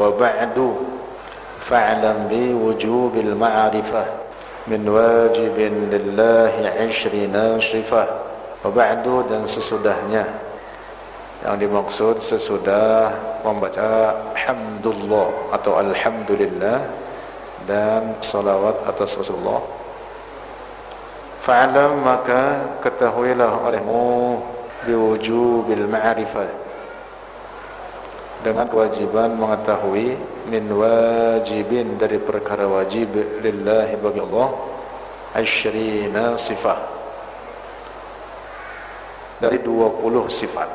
وبعد فاعلم بوجوب المعرفة من واجب لله 20 صفة. وبعد dan sesudahnya, yang dimaksud sesudah membaca hamdulillah atau alhamdulillah dan salawat atas Rasulullah. Fa'alam, maka ketahuilah olehmu biwujubil ma'rifah, dengan kewajiban mengetahui, min wajibin, dari perkara wajib, lillahi, bagi Allah, 20 sifat, dari 20 sifat.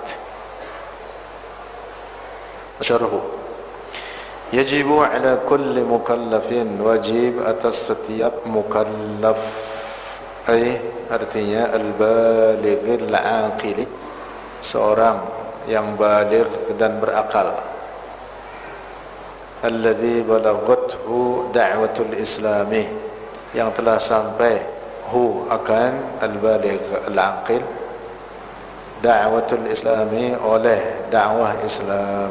Syarhu, yajibu ala kulli mukallafin, wajib atas setiap mukallaf, artinya al-balighil aqili, seorang yang baligh dan berakal, alladzi balaghathu da'watul islami, yang telah sampai akan al-baligh al-aqil, da'watul islami, oleh dakwah Islam.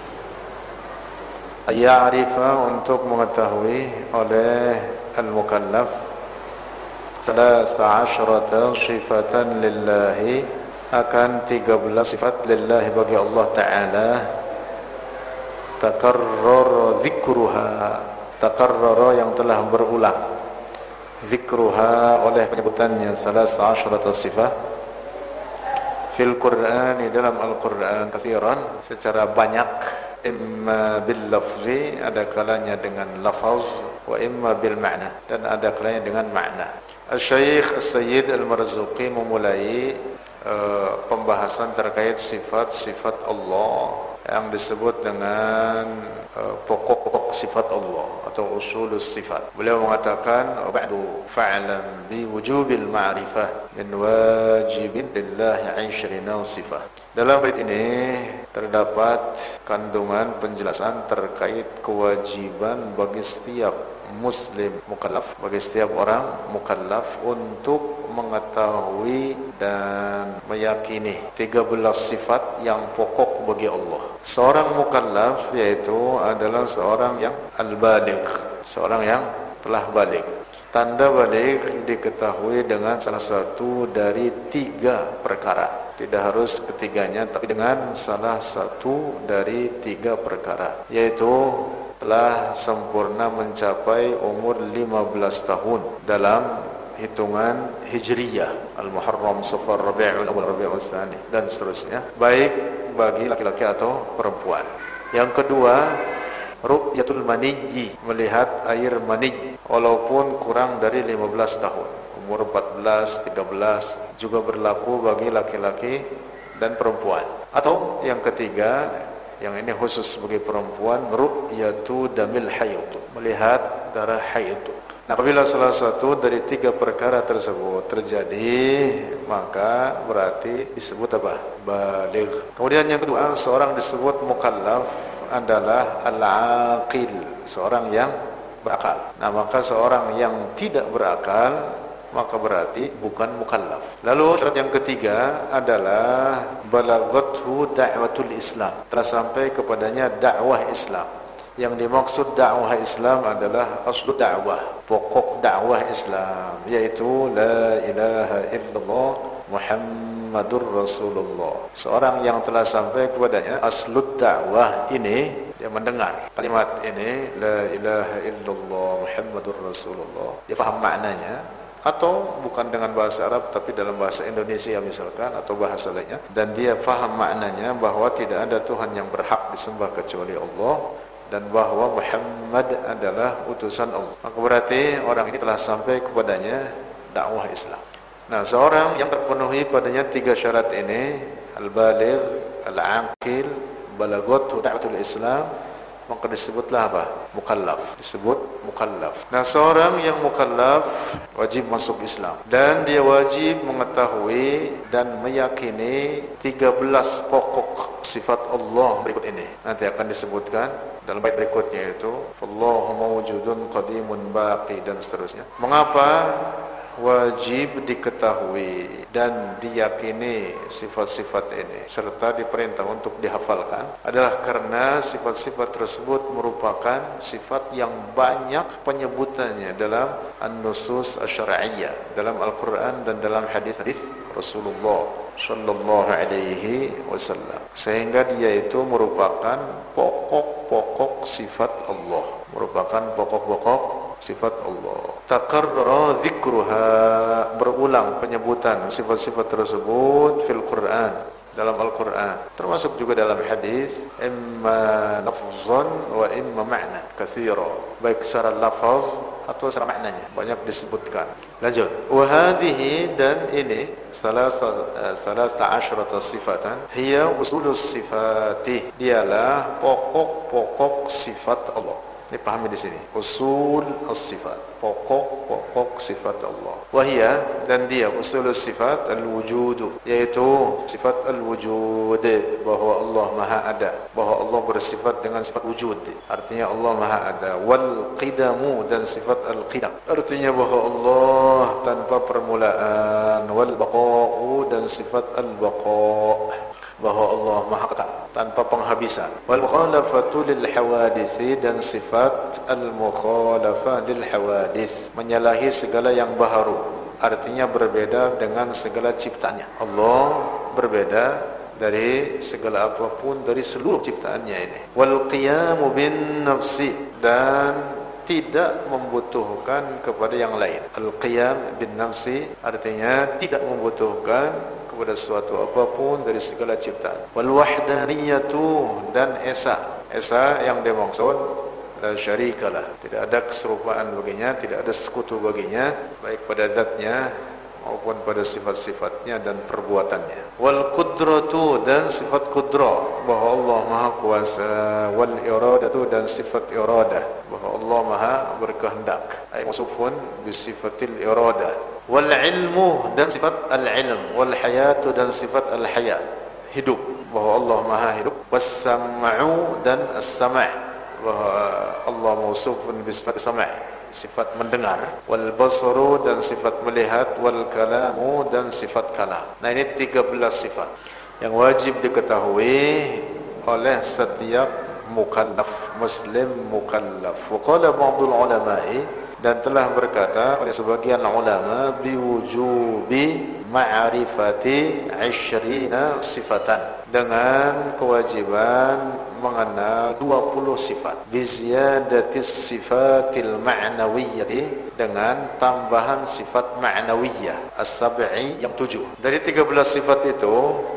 Ya'rifa, untuk mengetahui oleh al-mukallaf, 13 sifatan lillahi, akan 13 sifat lillahi, bagi Allah Ta'ala. Takarrar dzikruha, takarrar yang telah berulang, dzikruha oleh penyebutannya, 13 sifat, fil Qur'an, dalam Al-Qur'an, katsiran, secara banyak, imma bil lafzi, ada kalanya dengan lafaz, wa imma bil ma'na, dan ada kalanya dengan makna. Al-Syaikh As-Sayyid Al-Marzuqi memulai pembahasan terkait sifat-sifat Allah yang disebut dengan pokok-pokok sifat Allah atau usulus sifat. Beliau mengatakan, ba'du fa'lam bi wujubil ma'rifah min wajibin lillahi 20 sifat. Dalam bait ini terdapat kandungan penjelasan terkait kewajiban bagi setiap muslim mukallaf, bagi setiap orang mukallaf, untuk mengetahui dan meyakini 13 sifat yang pokok bagi Allah. Seorang mukallaf yaitu adalah seorang yang al-baligh, seorang yang telah baligh. Tanda baligh diketahui dengan salah satu dari 3 perkara. Tidak harus ketiganya, tapi dengan salah satu dari 3 perkara, yaitu telah sempurna mencapai umur 15 tahun dalam hitungan Hijriyah, Al-Muharram, Safar, Rabi'ul Awal, Rabi'ul Tsani, dan seterusnya, baik bagi laki-laki atau perempuan. Yang kedua, ru'yatul maniyyi, melihat air mani, walaupun kurang dari 15 tahun, umur 14, 13, juga berlaku bagi laki-laki dan perempuan. Atau yang ketiga, yang ini khusus bagi perempuan, ru'yatu damil hayd, melihat darah haid. Nah, apabila salah satu dari 3 perkara tersebut terjadi, maka berarti disebut apa? Baligh. Kemudian yang kedua, seorang disebut mukallaf adalah al-aqil, seorang yang berakal. Nah, maka seorang yang tidak berakal, maka berarti bukan mukallaf. Lalu syarat yang ketiga adalah balaghathu da'watul Islam, telah sampai kepadanya dakwah Islam. Yang dimaksud dakwah Islam adalah aslu dakwah, pokok dakwah Islam, yaitu la ilaha illallah Muhammadur Rasulullah. Seorang yang telah sampai kepadanya aslu dakwah ini, dia mendengar kalimat ini, la ilaha illallah Muhammadur Rasulullah, dia faham maknanya, atau bukan dengan bahasa Arab tapi dalam bahasa Indonesia misalkan, atau bahasa lainnya, dan dia faham maknanya bahwa tidak ada Tuhan yang berhak disembah kecuali Allah, dan bahwa Muhammad adalah utusan Allah, maka berarti orang ini telah sampai kepadanya dakwah Islam. Nah, seorang yang terpenuhi padanya 3 syarat ini, al-baligh, al-aqil, balaghathu da'watul Islam, maka disebutlah apa? Mukallaf, disebut mukallaf. Nah, seorang yang mukallaf wajib masuk Islam, dan dia wajib mengetahui dan meyakini 13 pokok sifat Allah berikut ini. Nanti akan disebutkan dalam bait berikutnya, yaitu Allahu mawjudun qadimun baqi, dan seterusnya. Mengapa wajib diketahui dan diyakini sifat-sifat ini serta diperintah untuk dihafalkan adalah karena sifat-sifat tersebut merupakan sifat yang banyak penyebutannya dalam an-nusus asy-syar'iyyah, dalam Al-Qur'an dan dalam hadis-hadis Rasulullah sallallahu alaihi wasallam, sehingga dia itu merupakan pokok-pokok sifat Allah, merupakan pokok-pokok sifat Allah. Takarrara dzikruha, berulang penyebutan sifat-sifat tersebut fil Qur'an, dalam Al-Qur'an, termasuk juga dalam hadis, imma lafzan wa imma ma'na katsira, baik secara lafaz atau secara maknanya banyak disebutkan. Lanjut. Wa hadhihi, dan ini salasa asyrata sifatan hiya usulus sifati, dialah pokok-pokok sifat Allah. Ini pahami di sini. Usul as-sifat, pokok-pokok sifat Allah. Wahia, dan dia usul as-sifat al-wujud, yaitu sifat al-wujud, bahwa Allah Maha ada, bahwa Allah bersifat dengan sifat wujud, artinya Allah Maha ada. Wal qidamu, dan sifat al-qidam, artinya bahwa Allah tanpa permulaan. Wal baqa'u, dan sifat al-baqa', bahwa Allah Maha kekal tanpa penghabisan. Wal mukhalafatu lil hawadits, dan sifat al mukhalafah lil hawadits, menyalahi segala yang baharu, artinya berbeda dengan segala ciptaannya. Allah berbeda dari segala apapun dari seluruh ciptaannya ini. Wal qiyamu bin nafsi, dan tidak membutuhkan kepada yang lain. Al qiyam bin nafsi artinya tidak membutuhkan kepada suatu apapun dari segala ciptaan. Wal wahdaniyatu, dan esa yang dimaksud la syarikalah, tidak ada keserupaan baginya, tidak ada sekutu baginya, baik pada zatnya maupun pada sifat-sifatnya dan perbuatannya. Wal qudratu, dan sifat qudrah, bahwa Allah Maha kuasa. Wal iradatu, dan sifat iradah, bahwa Allah Maha berkehendak, ay musufun bi sifatil iradah. Wal ilmu, dan sifat al-ilm. Wal hayatu, dan sifat al-hayat, hidup, bahwa Allah Maha hidup. Was sam'u, dan as-sam', bahwa Allah mausufun bi sifat sam', sifat mendengar. Wal basaru, dan sifat melihat. Wal kalamu, dan sifat kalam. Nah, ini 13 sifat yang wajib diketahui oleh setiap mukallaf, muslim mukallaf. Wa qala ba'dul ulama'i, dan telah berkata oleh sebagian ulama, biwujubi ma'rifati 20 sifatan, dengan kewajiban mengenal 20 sifat. Biziyadatis sifatil ma'nawiyyati, dengan tambahan sifat ma'nawiyyah as-sab'i, yang 7. Dari 13 sifat itu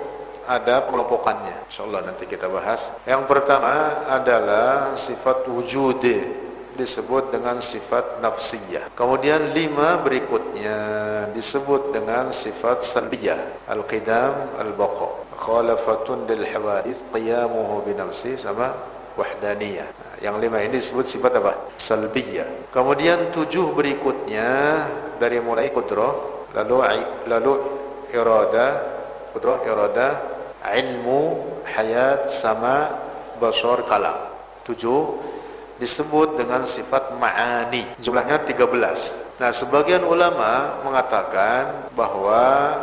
ada pengelompokannya, insyaallah nanti kita bahas. Yang pertama adalah sifat wujud, disebut dengan sifat nafsiyah. Kemudian 5 berikutnya disebut dengan sifat salbiyah, al-qidam, al-baqa, khalafatun lil hawadits, qiyamuhu bi nafsi, sama wahdaniyah. Yang 5 ini disebut sifat apa? Salbiyah. Kemudian 7 berikutnya dari mulai qudrah, lalu irada, qudrah, irada, ilmu, hayat, sama, basar, kalam. 7 disebut dengan sifat ma'ani, jumlahnya 13. Nah, sebagian ulama mengatakan bahwa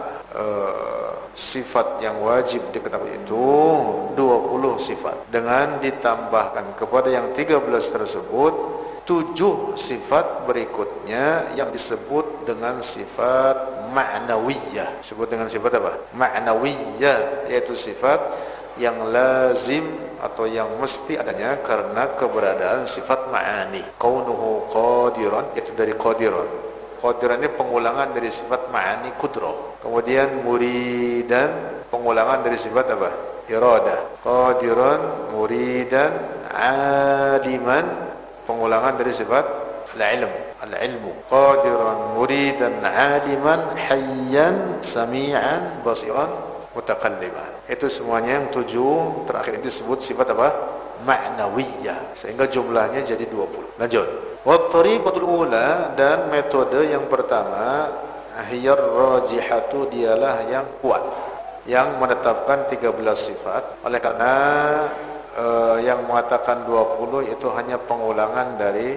sifat yang wajib diketahui itu 20 sifat, dengan ditambahkan kepada yang 13 tersebut 7 sifat berikutnya yang disebut dengan sifat ma'nawiyah. Disebut dengan sifat apa? Ma'nawiyah, yaitu sifat yang lazim atau yang mesti adanya karena keberadaan sifat ma'ani. Kaunuhu qadiran, itu dari qadiran. Qadiran ini pengulangan dari sifat ma'ani qudrah. Kemudian muridan, pengulangan dari sifat apa? Iradah. Qadiran, muridan, aliman, pengulangan dari sifat al-ilm, al-ilmu. Qadiran, muridan, aliman, hayyan, sami'an, basiran, mutakalliman. Itu semuanya yang 7 terakhir ini disebut sifat apa? Ma'nawiyah, sehingga jumlahnya jadi 20. Lanjut. Wa tariqatul ula, dan metode yang pertama, hiyar rajihatu, dialah yang kuat, yang menetapkan 13 sifat. Oleh karena yang mengatakan 20 itu hanya pengulangan dari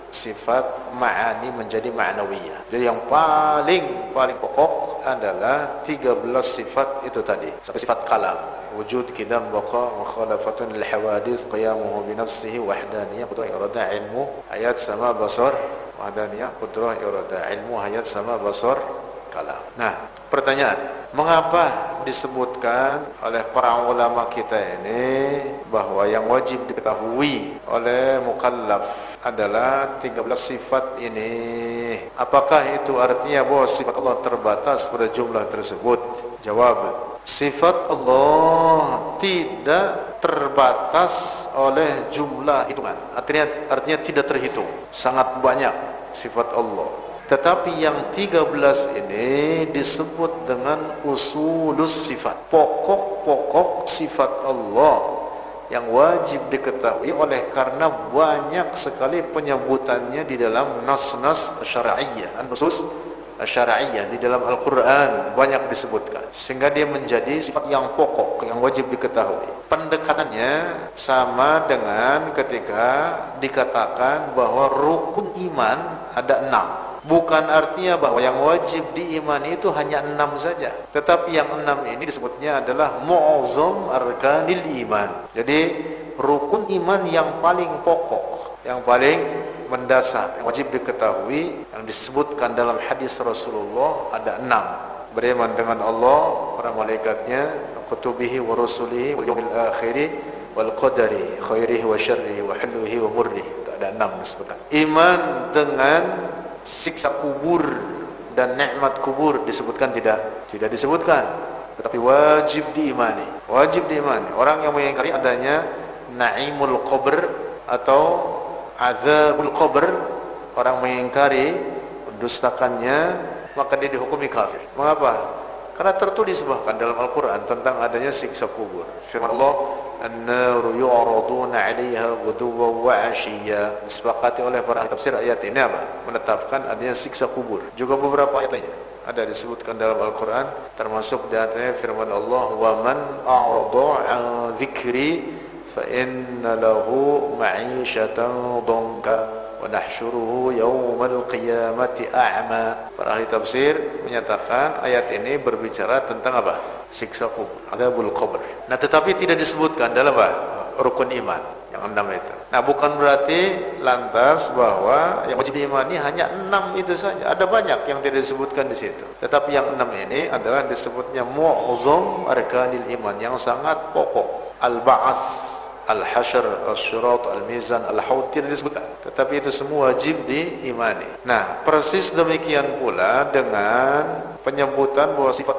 sifat ma'ani menjadi ma'nawiyah. Jadi yang paling pokok adalah 13 sifat itu tadi. Sampai sifat kalam, wujud, qidam, baqa, mukhalafatun lil hawadits, qiyamuhu bi nafsihi, wahdaniyah, qudrah, iradah, ilmu, hayat, sama, basar, wahdaniyah, qudrah, iradah, ilmu, hayat, sama, basar, kalam. Nah, pertanyaan, mengapa disebutkan oleh para ulama kita ini bahwa yang wajib diketahui oleh mukallaf adalah 13 sifat ini? Apakah itu artinya bahwa sifat Allah terbatas pada jumlah tersebut? Jawab, sifat Allah tidak terbatas oleh jumlah hitungan. Artinya tidak terhitung. Sangat banyak sifat Allah. Tetapi yang 13 ini disebut dengan usulus sifat, pokok-pokok sifat Allah yang wajib diketahui oleh karena banyak sekali penyebutannya di dalam nas-nas syar'iyyah, an-nusus syar'iyyah di dalam Al-Qur'an banyak disebutkan, sehingga dia menjadi sifat yang pokok yang wajib diketahui. Pendekatannya sama dengan ketika dikatakan bahwa rukun iman ada 6. Bukan artinya bahwa yang wajib diimani itu hanya 6 saja, tetapi yang 6 ini disebutnya adalah mu'azzam arkanil iman. Jadi rukun iman yang paling pokok, yang paling mendasar, yang wajib diketahui, yang disebutkan dalam hadis Rasulullah ada 6. Beriman dengan Allah, para malaikatnya, kutubihi wa rusulihi wal yawmil akhiri wal qadari khairihi wa syarrihi wa hulwihi wa murrihi. Ada 6 disebutkan. Iman dengan siksa kubur dan nikmat kubur disebutkan tidak disebutkan, tetapi wajib diimani. Orang yang mengingkari adanya naimul qabr atau azabul qabr, orang mengingkari, mendustakannya, maka dia dihukumi kafir. Mengapa? Karena tertulis bahkan dalam Al-Quran tentang adanya siksa kubur. Firman Allah, an-naru yu'raduna 'alaiha ghuduwwan wa 'ashiyya. Disepakati oleh para tafsir ayat ini apa? Menetapkan adanya siksa kubur. Juga beberapa ayat lainnya ada disebutkan dalam Al-Quran, termasuk di antaranya firman Allah, wa man a'rada 'an dzikri fa inna lahu ma'isyatan dhanka wa nahsyuruhu yaumal qiyamati a'ma. Para ahli tafsir menyatakan ayat ini berbicara tentang apa? Siksa kubur, adzabul qabr. Nah, tetapi tidak disebutkan dalam apa? Rukun iman yang 6 itu. Nah, bukan berarti lantas bahwa yang wajib diimani hanya 6 itu saja. Ada banyak yang tidak disebutkan di situ. Tetapi yang 6 ini adalah disebutnya mu'azzam arkanil iman, yang sangat pokok. Al-ba'ats, al-hasyr, al-syirat, al-mizan, al-haud tidak disebutkan, tetapi itu semua wajib diimani. Nah, persis demikian pula dengan penyebutan bahwa sifat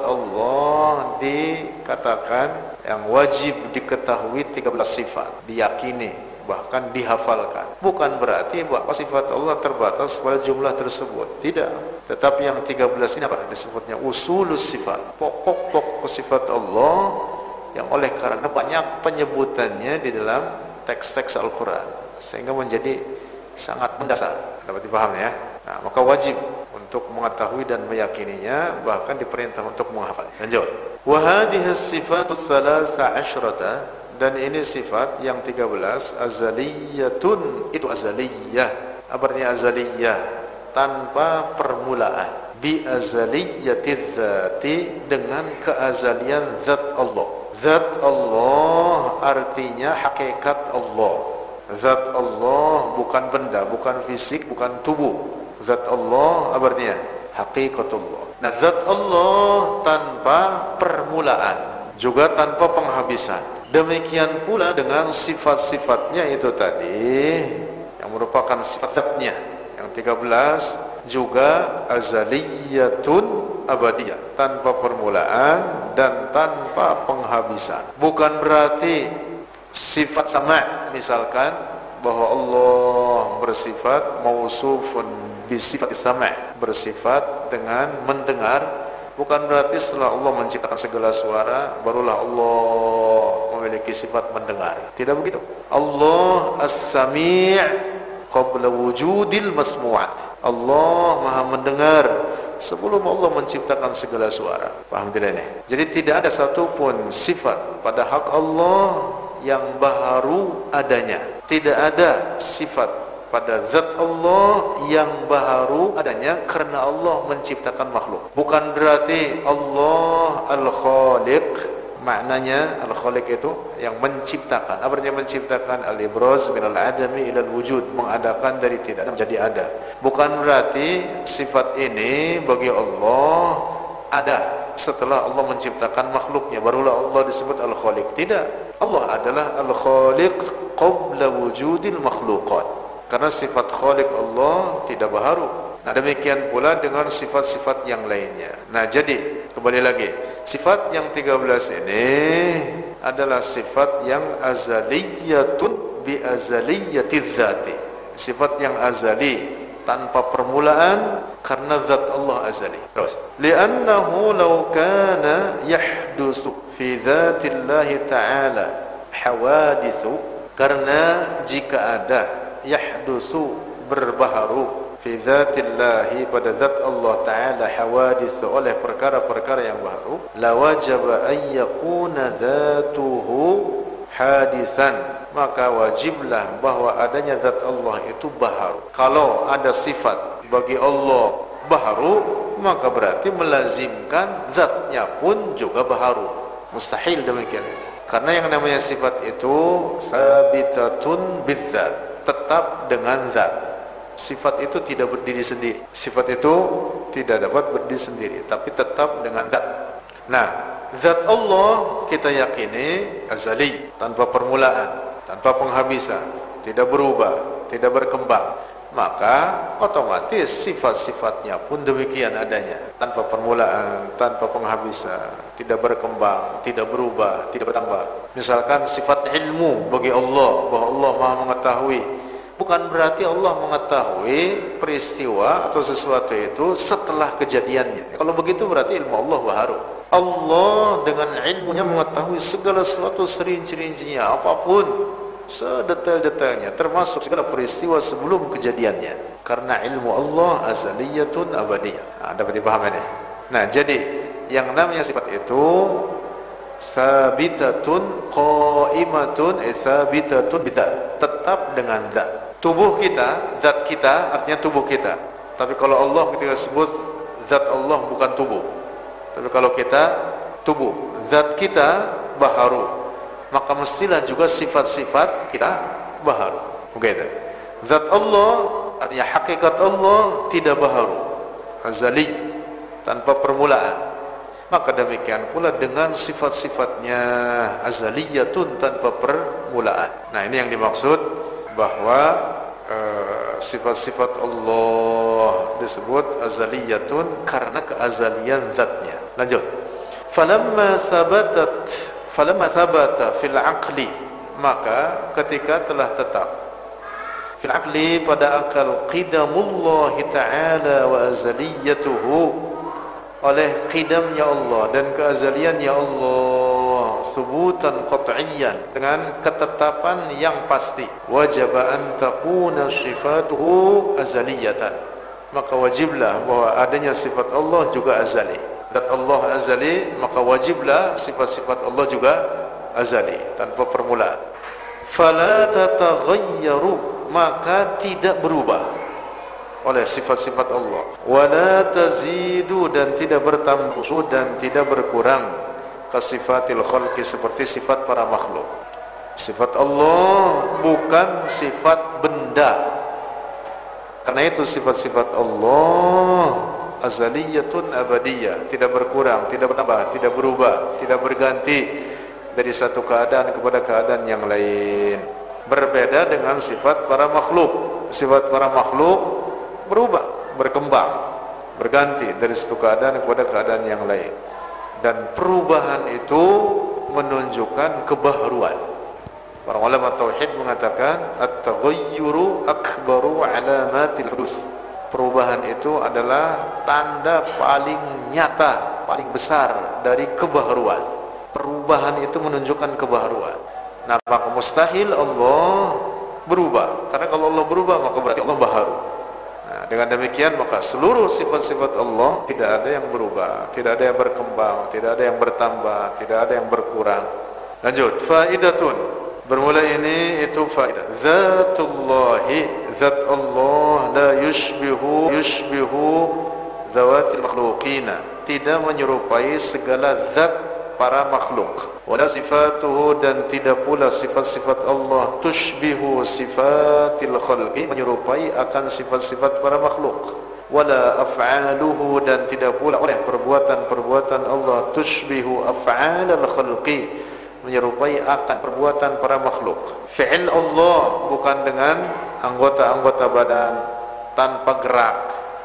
Allah dikatakan yang wajib diketahui 13 sifat, diyakini, bahkan dihafalkan. Bukan berarti bahwa sifat Allah terbatas pada jumlah tersebut, tidak. Tetapi yang 13 ini apa? Disebutnya usulus sifat, pokok-pokok sifat Allah yang oleh karena banyak penyebutannya di dalam teks-teks Al-Quran sehingga menjadi sangat mendasar. Dapat dipahami ya? Nah, maka wajib untuk mengetahui dan meyakininya, bahkan diperintah untuk menghafal. Lanjut. Wa hadhihi sifatus salasa asyrata, dan ini sifat yang 13, azaliyatun, itu azaliyah. Apa artinya azaliyah? Tanpa permulaan. Bi azaliyatiz dzati, dengan keazalian zat Allah. Zat Allah artinya hakikat Allah. Zat Allah bukan benda, bukan fisik, bukan tubuh. Zat Allah apa artinya? Hakikatullah. Nah, zat Allah tanpa permulaan, juga tanpa penghabisan. Demikian pula dengan sifat-sifatnya itu tadi, yang merupakan sifat zatnya. Yang 13 juga azaliyatun abadiyah, tanpa permulaan dan tanpa penghabisan. Bukan berarti sifat sama, misalkan bahwa Allah bersifat mausufun bisifat sama, bersifat dengan mendengar. Bukan berarti setelah Allah menciptakan segala suara barulah Allah memiliki sifat mendengar. Tidak begitu. Allah as-sami' qabla wujudil masmu'at. Allah Maha mendengar sebelum Allah menciptakan segala suara. Paham tidak ini? Jadi tidak ada satupun sifat pada hak Allah yang baru adanya. Tidak ada sifat pada zat Allah yang baharu adanya karena Allah menciptakan makhluk. Bukan berarti Allah Al-Khaliq, maknanya Al-Khaliq itu yang menciptakan. Apa artinya menciptakan? Al-ibraz minal adami ilal wujud, mengadakan dari tidak menjadi ada. Bukan berarti sifat ini bagi Allah ada setelah Allah menciptakan makhluknya barulah Allah disebut Al-Khaliq. Tidak, Allah adalah Al-Khaliq qabla wujudil makhluqat. Karena sifat Khaliq Allah tidak baharu. Nah, demikian pula dengan sifat-sifat yang lainnya. Nah, jadi kembali lagi, sifat yang 13 ini adalah sifat yang azaliyatun bi azaliyatiz zati. Sifat yang azali tanpa permulaan karena zat Allah azali. Terus, li'annahu law kana yahdusu fi dzatillahi ta'ala hawaditsu, karena jika ada yahdusu berbaharu fi dzatillahi pada zat Allah Ta'ala hawaditsu oleh perkara-perkara yang baharu, la wajaba an yakuna dzatuhu hadisan, maka wajiblah bahwa adanya zat Allah itu baharu. Kalau ada sifat bagi Allah baharu, maka berarti melazimkan zatnya pun juga baharu. Mustahil demikian. Karena yang namanya sifat itu sabitatun bidzat, tetap dengan zat. Sifat itu tidak berdiri sendiri. Sifat itu tidak dapat berdiri sendiri, tapi tetap dengan zat. Nah, zat Allah kita yakini azali, tanpa permulaan, tanpa penghabisan, tidak berubah, tidak berkembang. Maka otomatis sifat-sifatnya pun demikian adanya, tanpa permulaan, tanpa penghabisan, tidak berkembang, tidak berubah, tidak bertambah. Misalkan sifat ilmu bagi Allah, bahwa Allah Maha mengetahui, bukan berarti Allah mengetahui peristiwa atau sesuatu itu setelah kejadiannya. Kalau begitu berarti ilmu Allah baharu. Allah dengan ilmunya mengetahui segala sesuatu serinci-rincinya, apapun, sedetail-detailnya, termasuk segala peristiwa sebelum kejadiannya. Karena ilmu Allah azaliyatun abadiyah. Nah, dapat dipahami ini. Nah, jadi yang namanya sifat itu sabitatun qaimatun, sabitatun bidzat, tetap dengan zat. Tubuh kita, zat kita artinya tubuh kita. Tapi kalau Allah ketika sebut zat Allah bukan tubuh. Tapi kalau kita tubuh, zat kita baharu, maka mestilah juga sifat-sifat kita baharu. Begitu. Zat Allah artinya hakikat Allah tidak baharu, azali, tanpa permulaan. Maka demikian pula dengan sifat-sifatnya azaliyatun tanpa permulaan. Nah, ini yang dimaksud bahwa sifat-sifat Allah disebut azaliyatun karena keazalian zatnya. Lanjut. Falamma sabata fil aqli, maka ketika telah tetap fil aqli pada akal qidamullah ta'ala wa azaliyatuhu, oleh qidamnya Allah dan keazaliannya Allah, subutan qat'iyan, dengan ketetapan yang pasti, wajib an takuna sifatuhu azaliyatan, maka wajiblah bahwa adanya sifat Allah juga azali. Zat Allah azali, maka wajiblah sifat-sifat Allah juga azali, tanpa permulaan. Fala tataghayyaru, maka tidak berubah oleh sifat-sifat Allah. Wala tazidu, dan tidak bertambah dan tidak berkurang, kasifatil khalqi, seperti sifat para makhluk. Sifat Allah bukan sifat benda. Karena itu sifat-sifat Allah azaliyatun abadiyah, tidak berkurang, tidak bertambah, tidak berubah, tidak berganti dari satu keadaan kepada keadaan yang lain. Berbeda dengan sifat para makhluk. Sifat para makhluk berubah, berkembang, berganti dari satu keadaan kepada keadaan yang lain. Dan perubahan itu menunjukkan kebaharuan. Para ulama tauhid mengatakan at-taghayyuru akbaru alamatil hudus. Perubahan itu adalah tanda paling nyata, paling besar dari kebaharuan. Perubahan itu menunjukkan kebaharuan. Nah, maka mustahil Allah berubah. Karena kalau Allah berubah, maka berarti Allah baharu. Nah, dengan demikian maka seluruh sifat-sifat Allah tidak ada yang berubah, tidak ada yang berkembang, tidak ada yang bertambah, tidak ada yang berkurang. Lanjut, faidatun. Bermula ini itu faidah. Zatullahi zat Allah la yushbihu zawatil makhluqina, tidak menyerupai segala zat para makhluk. Wala sifatuhu, dan tidak pula sifat-sifat Allah tushbihu sifatil khalqi, menyerupai akan sifat-sifat para makhluk. Wala af'aluhu, dan tidak pula oleh perbuatan-perbuatan Allah tushbihu af'alal khalqi, menyerupai akan perbuatan para makhluk. Fi'il Allah bukan dengan anggota-anggota badan, tanpa gerak,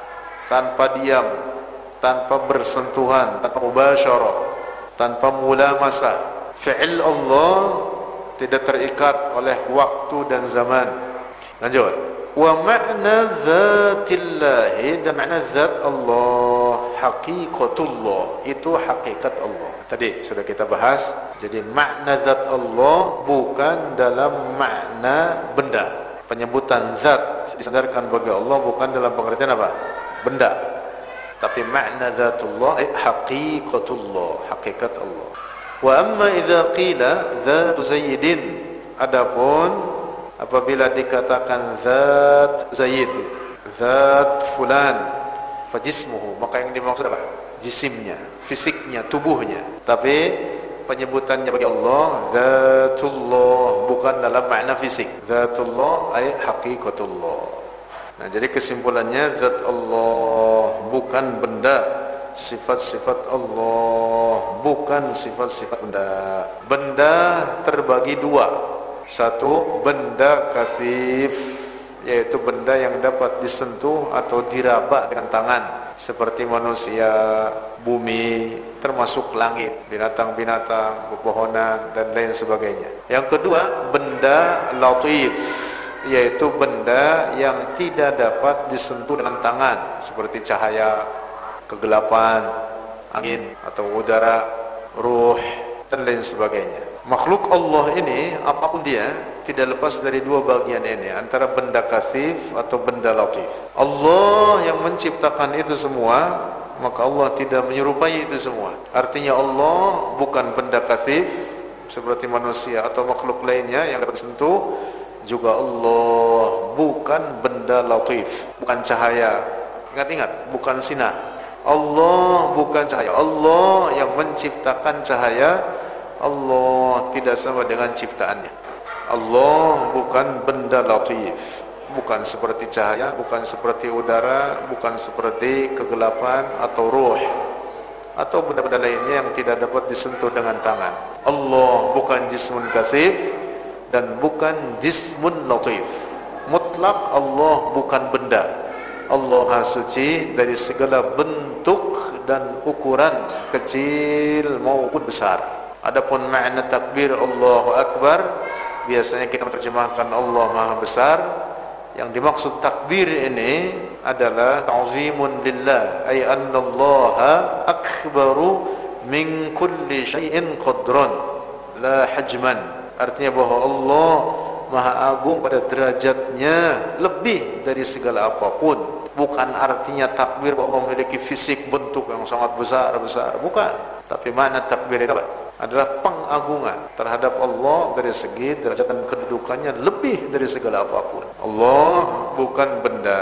tanpa diam, tanpa bersentuhan, tanpa mubasyarah, tanpa mulamasah. Fi'il Allah tidak terikat oleh waktu dan zaman. Lanjut. Wa ma'na dzatillahi, dan makna zat Allah haqiqatullah, itu hakikat Allah. Tadi sudah kita bahas. Jadi makna zat Allah bukan dalam makna benda. Penyebutan zat disandarkan bagi Allah bukan dalam pengertian apa? Benda. Tapi makna zatullah haqiqatullah, hakikat Allah. Wa amma idza qila dzatu zaidin, adapun apabila dikatakan zat Zaid, zat fulan, fajismuhu, maka yang dimaksud apa? Jisimnya, fisiknya, tubuhnya. Tapi penyebutannya bagi Allah zatullah, bukan dalam makna fisik. Zatullah ay haqiqatullah. Nah, jadi kesimpulannya zat Allah bukan benda, sifat-sifat Allah bukan sifat-sifat benda. Benda terbagi dua. Satu, benda kasif, yaitu benda yang dapat disentuh atau diraba dengan tangan, seperti manusia, bumi, termasuk langit, binatang-binatang, pepohonan, dan lain sebagainya. Yang kedua, benda latif, yaitu benda yang tidak dapat disentuh dengan tangan, seperti cahaya, kegelapan, angin atau udara, ruh, dan lain sebagainya. Makhluk Allah ini, apapun dia, tidak lepas dari dua bagian ini, antara benda kasif atau benda latif. Allah yang menciptakan itu semua, maka Allah tidak menyerupai itu semua. Artinya Allah bukan benda kasif seperti manusia atau makhluk lainnya yang dapat sentuh. Juga Allah bukan benda latif, bukan cahaya. Ingat-ingat, bukan sinar. Allah bukan cahaya. Allah yang menciptakan cahaya. Allah tidak sama dengan ciptaannya. Allah bukan benda latif, bukan seperti cahaya, bukan seperti udara, bukan seperti kegelapan atau ruh, atau benda-benda lainnya yang tidak dapat disentuh dengan tangan. Allah bukan jismun kasif dan bukan jismun latif. Mutlak Allah bukan benda. Allah Maha Suci dari segala bentuk dan ukuran, kecil maupun besar. Adapun makna takbir Allahu Akbar, biasanya kita menerjemahkan Allah Maha Besar. Yang dimaksud takbir ini adalah ta'zimun lillah, ay anna Allah akbaru min kulli syai'in qadran la hajman. Artinya bahwa Allah Maha Agung pada derajatnya lebih dari segala apapun. Bukan artinya takbir bahwa memiliki fisik bentuk yang sangat besar, bukan. Tapi makna takbir itu apa? Adalah pengagungan terhadap Allah dari segi derajat dan kedudukannya lebih dari segala apapun. Allah bukan benda.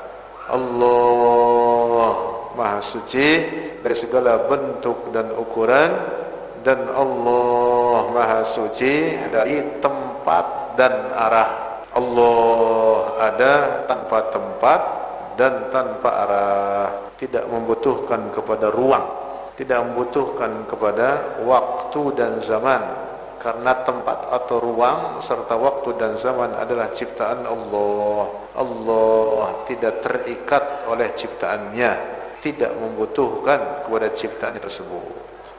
Allah Maha Suci dari segala bentuk dan ukuran, dan Allah Maha Suci dari tempat dan arah. Allah ada tanpa tempat dan tanpa arah, tidak membutuhkan kepada ruang, tidak membutuhkan kepada waktu dan zaman, karena tempat atau ruang serta waktu dan zaman adalah ciptaan Allah. Allah tidak terikat oleh ciptaannya, tidak membutuhkan kepada ciptaan tersebut.